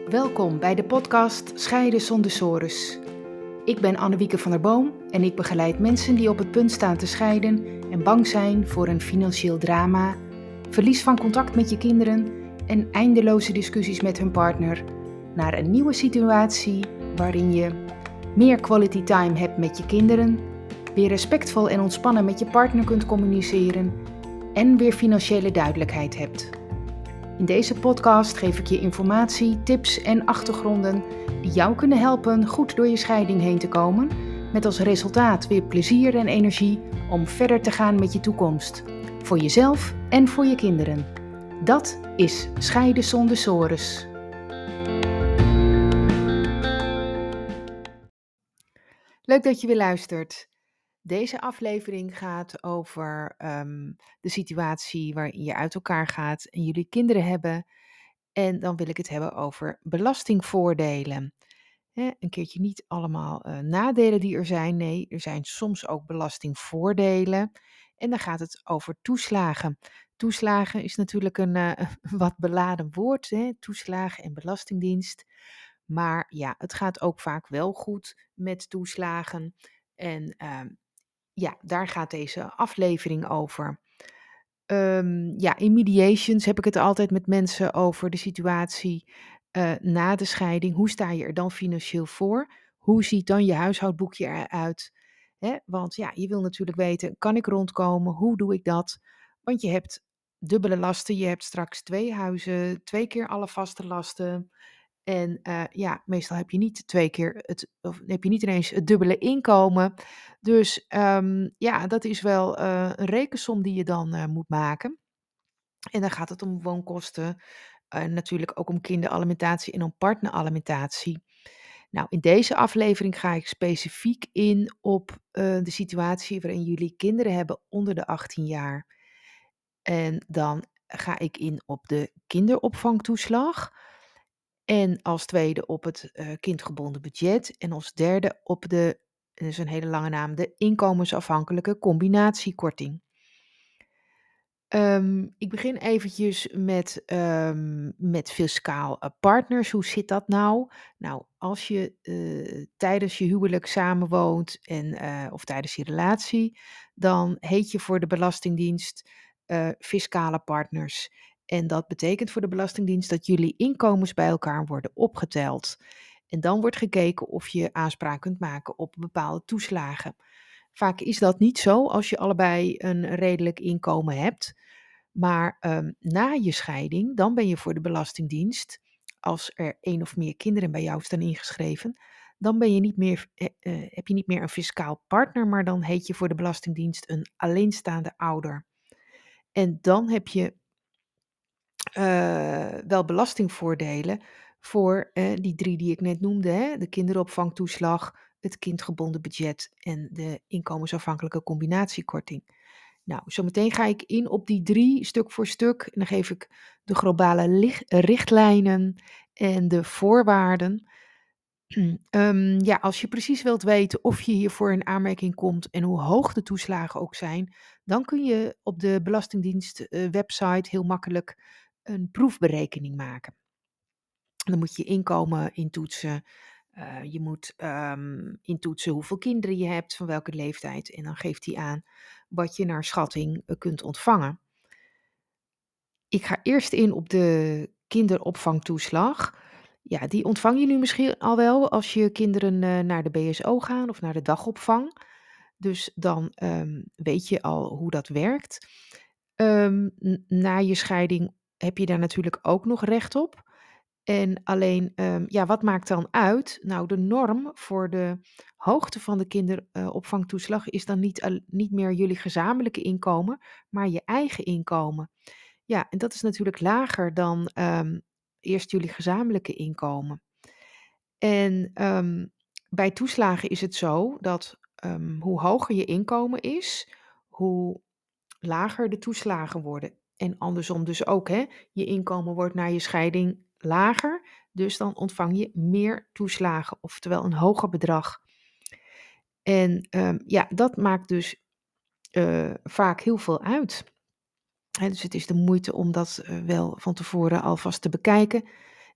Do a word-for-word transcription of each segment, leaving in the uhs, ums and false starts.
Welkom bij de podcast Scheiden zonder sores. Ik ben Annewieke van der Boom en ik begeleid mensen die op het punt staan te scheiden en bang zijn voor een financieel drama, verlies van contact met je kinderen en eindeloze discussies met hun partner naar een nieuwe situatie waarin je meer quality time hebt met je kinderen, weer respectvol en ontspannen met je partner kunt communiceren en weer financiële duidelijkheid hebt. In deze podcast geef ik je informatie, tips en achtergronden die jou kunnen helpen goed door je scheiding heen te komen, met als resultaat weer plezier en energie om verder te gaan met je toekomst, voor jezelf en voor je kinderen. Dat is Scheiden zonder sores. Leuk dat je weer luistert. Deze aflevering gaat over um, de situatie waarin je uit elkaar gaat en jullie kinderen hebben. En dan wil ik het hebben over belastingvoordelen. Hè, een keertje niet allemaal uh, nadelen die er zijn. Nee, er zijn soms ook belastingvoordelen. En dan gaat het over toeslagen. Toeslagen is natuurlijk een uh, wat beladen woord. Hè? Toeslagen en belastingdienst. Maar ja, het gaat ook vaak wel goed met toeslagen. En uh, ja, daar gaat deze aflevering over. Um, ja, in mediations heb ik het altijd met mensen over de situatie uh, na de scheiding. Hoe sta je er dan financieel voor? Hoe ziet dan je huishoudboekje eruit? Hè? Want ja, je wil natuurlijk weten, kan ik rondkomen? Hoe doe ik dat? Want je hebt dubbele lasten. Je hebt straks twee huizen, twee keer alle vaste lasten. En uh, ja, meestal heb je niet twee keer het, of heb je niet ineens het dubbele inkomen. Dus um, ja, dat is wel uh, een rekensom die je dan uh, moet maken. En dan gaat het om woonkosten, uh, natuurlijk ook om kinderalimentatie en om partneralimentatie. Nou, in deze aflevering ga ik specifiek in op uh, de situatie waarin jullie kinderen hebben onder de achttien jaar. En dan ga ik in op de kinderopvangtoeslag. En als tweede op het uh, kindgebonden budget. En als derde op de, dat is een hele lange naam, de inkomensafhankelijke combinatiekorting. Um, ik begin eventjes met, um, met fiscaal uh, partners. Hoe zit dat nou? Nou, als je uh, tijdens je huwelijk samenwoont en, uh, of tijdens je relatie, dan heet je voor de Belastingdienst uh, fiscale partners. En dat betekent voor de Belastingdienst dat jullie inkomens bij elkaar worden opgeteld. En dan wordt gekeken of je aanspraak kunt maken op bepaalde toeslagen. Vaak is dat niet zo als je allebei een redelijk inkomen hebt. Maar um, na je scheiding, dan ben je voor de Belastingdienst, als er één of meer kinderen bij jou staan ingeschreven, dan ben je niet meer, eh, eh, heb je niet meer een fiscaal partner, maar dan heet je voor de Belastingdienst een alleenstaande ouder. En dan heb je uh, wel belastingvoordelen voor uh, die drie die ik net noemde, hè? De kinderopvangtoeslag, het kindgebonden budget en de inkomensafhankelijke combinatiekorting. Nou, zometeen ga ik in op die drie stuk voor stuk en dan geef ik de globale lich- richtlijnen en de voorwaarden. um, ja, als je precies wilt weten of je hiervoor in aanmerking komt en hoe hoog de toeslagen ook zijn, dan kun je op de Belastingdienst uh, website heel makkelijk een proefberekening maken. Dan moet je inkomen intoetsen. Uh, je moet um, intoetsen hoeveel kinderen je hebt, van welke leeftijd. En dan geeft hij aan wat je naar schatting uh, kunt ontvangen. Ik ga eerst in op de kinderopvangtoeslag. Ja, die ontvang je nu misschien al wel als je kinderen uh, naar de B S O gaan of naar de dagopvang. Dus dan um, weet je al hoe dat werkt. Um, n- na je scheiding heb je daar natuurlijk ook nog recht op. En alleen, um, ja, wat maakt dan uit? Nou, de norm voor de hoogte van de kinderopvangtoeslag is dan niet, al- niet meer jullie gezamenlijke inkomen, maar je eigen inkomen. Ja, en dat is natuurlijk lager dan um, eerst jullie gezamenlijke inkomen. En um, bij toeslagen is het zo dat um, hoe hoger je inkomen is, hoe lager de toeslagen worden. En andersom dus ook, hè? Je inkomen wordt na je scheiding lager, dus dan ontvang je meer toeslagen, oftewel een hoger bedrag. En um, ja, dat maakt dus uh, vaak heel veel uit. Hè, dus het is de moeite om dat uh, wel van tevoren alvast te bekijken.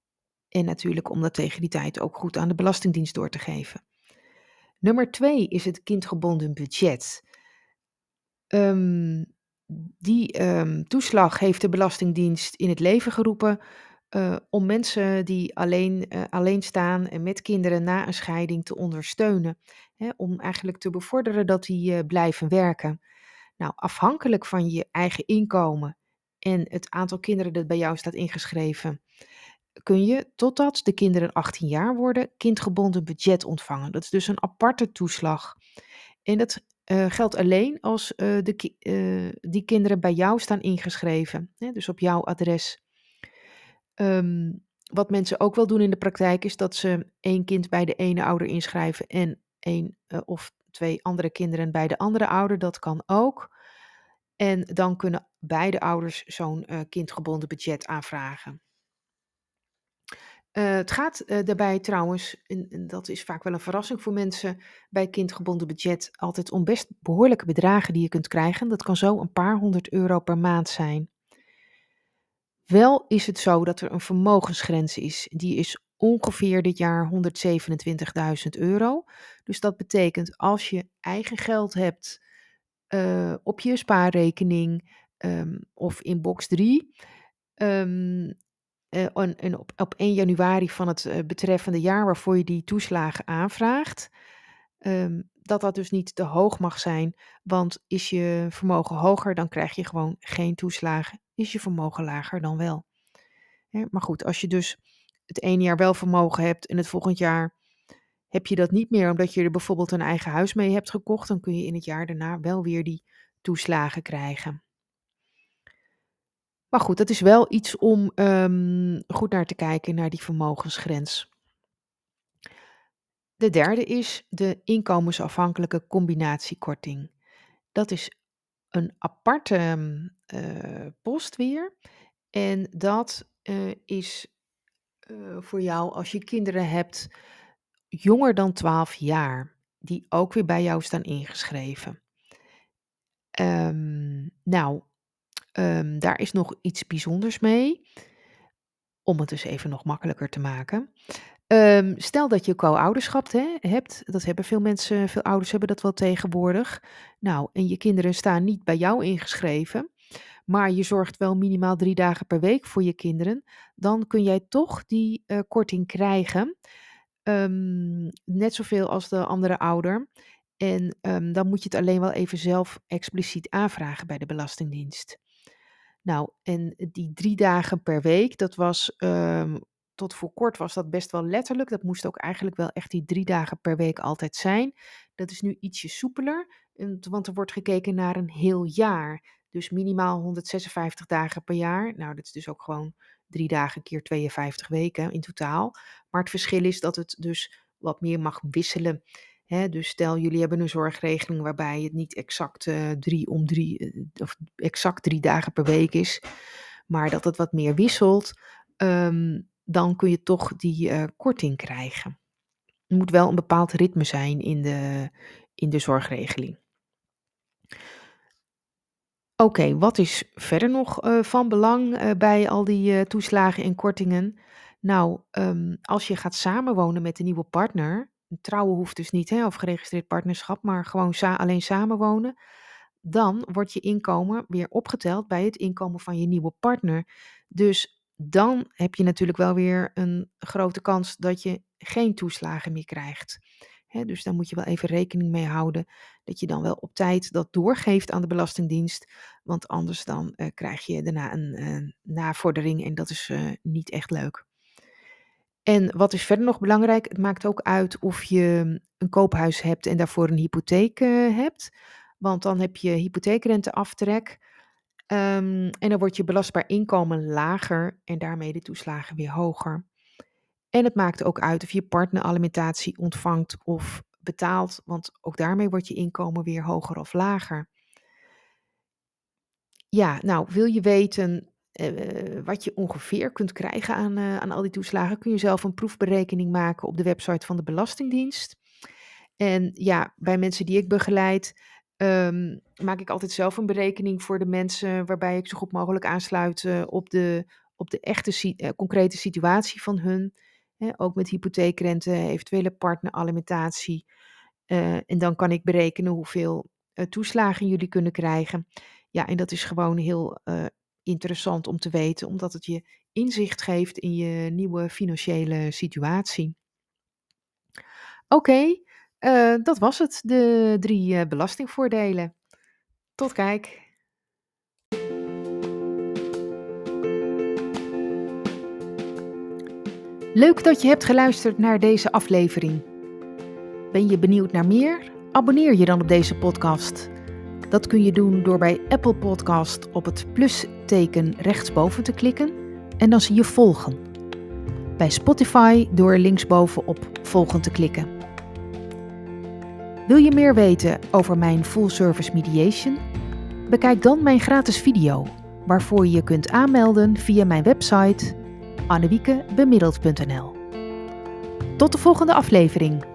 En natuurlijk om dat tegen die tijd ook goed aan de Belastingdienst door te geven. Nummer twee is het kindgebonden budget. Ehm, die ehm, toeslag heeft de Belastingdienst in het leven geroepen eh, om mensen die alleen, eh, alleen staan en met kinderen na een scheiding te ondersteunen. Hè, om eigenlijk te bevorderen dat die eh, blijven werken. Nou, afhankelijk van je eigen inkomen en het aantal kinderen dat bij jou staat ingeschreven, kun je totdat de kinderen achttien jaar worden kindgebonden budget ontvangen. Dat is dus een aparte toeslag. En dat eh, geldt alleen als eh, de, ki- eh, die kinderen bij jou staan ingeschreven, hè, dus op jouw adres. Ehm, wat mensen ook wel doen in de praktijk is dat ze één kind bij de ene ouder inschrijven en één eh, of twee andere kinderen bij de andere ouder. Dat kan ook. En dan kunnen beide ouders zo'n eh, kindgebonden budget aanvragen. Eh, het gaat eh, daarbij trouwens, en, en dat is vaak wel een verrassing voor mensen, bij kindgebonden budget altijd om best behoorlijke bedragen die je kunt krijgen. Dat kan zo een paar honderd euro per maand zijn. Wel is het zo dat er een vermogensgrens is. Die is ongeveer dit jaar honderdzevenentwintigduizend euro. Dus dat betekent als je eigen geld hebt eh, op je spaarrekening ehm, of in box drie. ehm, eh, en en op, op één januari van het eh, betreffende jaar waarvoor je die toeslagen aanvraagt, ehm, dat dat dus niet te hoog mag zijn. Want is je vermogen hoger, dan krijg je gewoon geen toeslagen. Is je vermogen lager, dan wel. Hè, maar goed, als je dus het ene jaar wel vermogen hebt en het volgend jaar heb je dat niet meer omdat je er bijvoorbeeld een eigen huis mee hebt gekocht, dan kun je in het jaar daarna wel weer die toeslagen krijgen. Maar goed, dat is wel iets om ehm, goed naar te kijken, naar die vermogensgrens. De derde is de inkomensafhankelijke combinatiekorting. Dat is een aparte ehm, eh, post weer. En dat eh, is eh, voor jou als je kinderen hebt jonger dan twaalf jaar, die ook weer bij jou staan ingeschreven. Ehm, nou, ehm, daar is nog iets bijzonders mee, om het dus even nog makkelijker te maken. Ehm, stel dat je co-ouderschap hè, hebt, dat hebben veel mensen, veel ouders hebben dat wel tegenwoordig. Nou, en je kinderen staan niet bij jou ingeschreven, maar je zorgt wel minimaal drie dagen per week voor je kinderen, dan kun jij toch die eh, korting krijgen. Ehm, net zoveel als de andere ouder. En ehm, dan moet je het alleen wel even zelf expliciet aanvragen bij de Belastingdienst. Nou, en die drie dagen per week, dat was ehm, tot voor kort was dat best wel letterlijk. Dat moest ook eigenlijk wel echt die drie dagen per week altijd zijn. Dat is nu ietsje soepeler, en- want er wordt gekeken naar een heel jaar. Dus minimaal honderdzesenvijftig dagen per jaar. Nou, dat is dus ook gewoon drie dagen keer tweeënvijftig weken in totaal. Maar het verschil is dat het dus wat meer mag wisselen. Hè, dus stel jullie hebben een zorgregeling waarbij het niet exact eh, drie om drie, eh, of exact drie dagen per week is, maar dat het wat meer wisselt, ehm, dan kun je toch die eh, korting krijgen. Er moet wel een bepaald ritme zijn in de, in de zorgregeling. Oké, wat is verder nog eh, van belang eh, bij al die eh, toeslagen en kortingen? Nou, ehm, als je gaat samenwonen met een nieuwe partner, trouwen hoeft dus niet, hè, of geregistreerd partnerschap, maar gewoon sa- alleen samenwonen, dan wordt je inkomen weer opgeteld bij het inkomen van je nieuwe partner. Dus dan heb je natuurlijk wel weer een grote kans dat je geen toeslagen meer krijgt. Hè, dus daar moet je wel even rekening mee houden dat je dan wel op tijd dat doorgeeft aan de Belastingdienst. Want anders dan eh, krijg je daarna een eh, navordering en dat is eh, niet echt leuk. En wat is verder nog belangrijk? Het maakt ook uit of je een koophuis hebt en daarvoor een hypotheek eh, hebt. Want dan heb je hypotheekrenteaftrek. Ehm, en dan wordt je belastbaar inkomen lager en daarmee de toeslagen weer hoger. En het maakt ook uit of je partner alimentatie ontvangt of betaalt, want ook daarmee wordt je inkomen weer hoger of lager. Ja, nou, wil je weten eh, wat je ongeveer kunt krijgen aan, eh, aan al die toeslagen, kun je zelf een proefberekening maken op de website van de Belastingdienst. En ja, bij mensen die ik begeleid, ehm, maak ik altijd zelf een berekening voor de mensen waarbij ik zo goed mogelijk aansluit eh, op de, op de echte si- eh, concrete situatie van hun. Hè, ook met hypotheekrente, eventuele partneralimentatie. Eh, en dan kan ik berekenen hoeveel eh, toeslagen jullie kunnen krijgen. Ja, en dat is gewoon heel eh, interessant om te weten, omdat het je inzicht geeft in je nieuwe financiële situatie. Oké, eh, dat was het, de drie eh, belastingvoordelen. Tot kijk. Leuk dat je hebt geluisterd naar deze aflevering. Ben je benieuwd naar meer? Abonneer je dan op deze podcast. Dat kun je doen door bij Apple Podcast op het plusteken rechtsboven te klikken en dan zie je volgen. Bij Spotify door linksboven op volgen te klikken. Wil je meer weten over mijn full service mediation? Bekijk dan mijn gratis video, waarvoor je je kunt aanmelden via mijn website annewiekebemiddeld punt n l. Tot de volgende aflevering.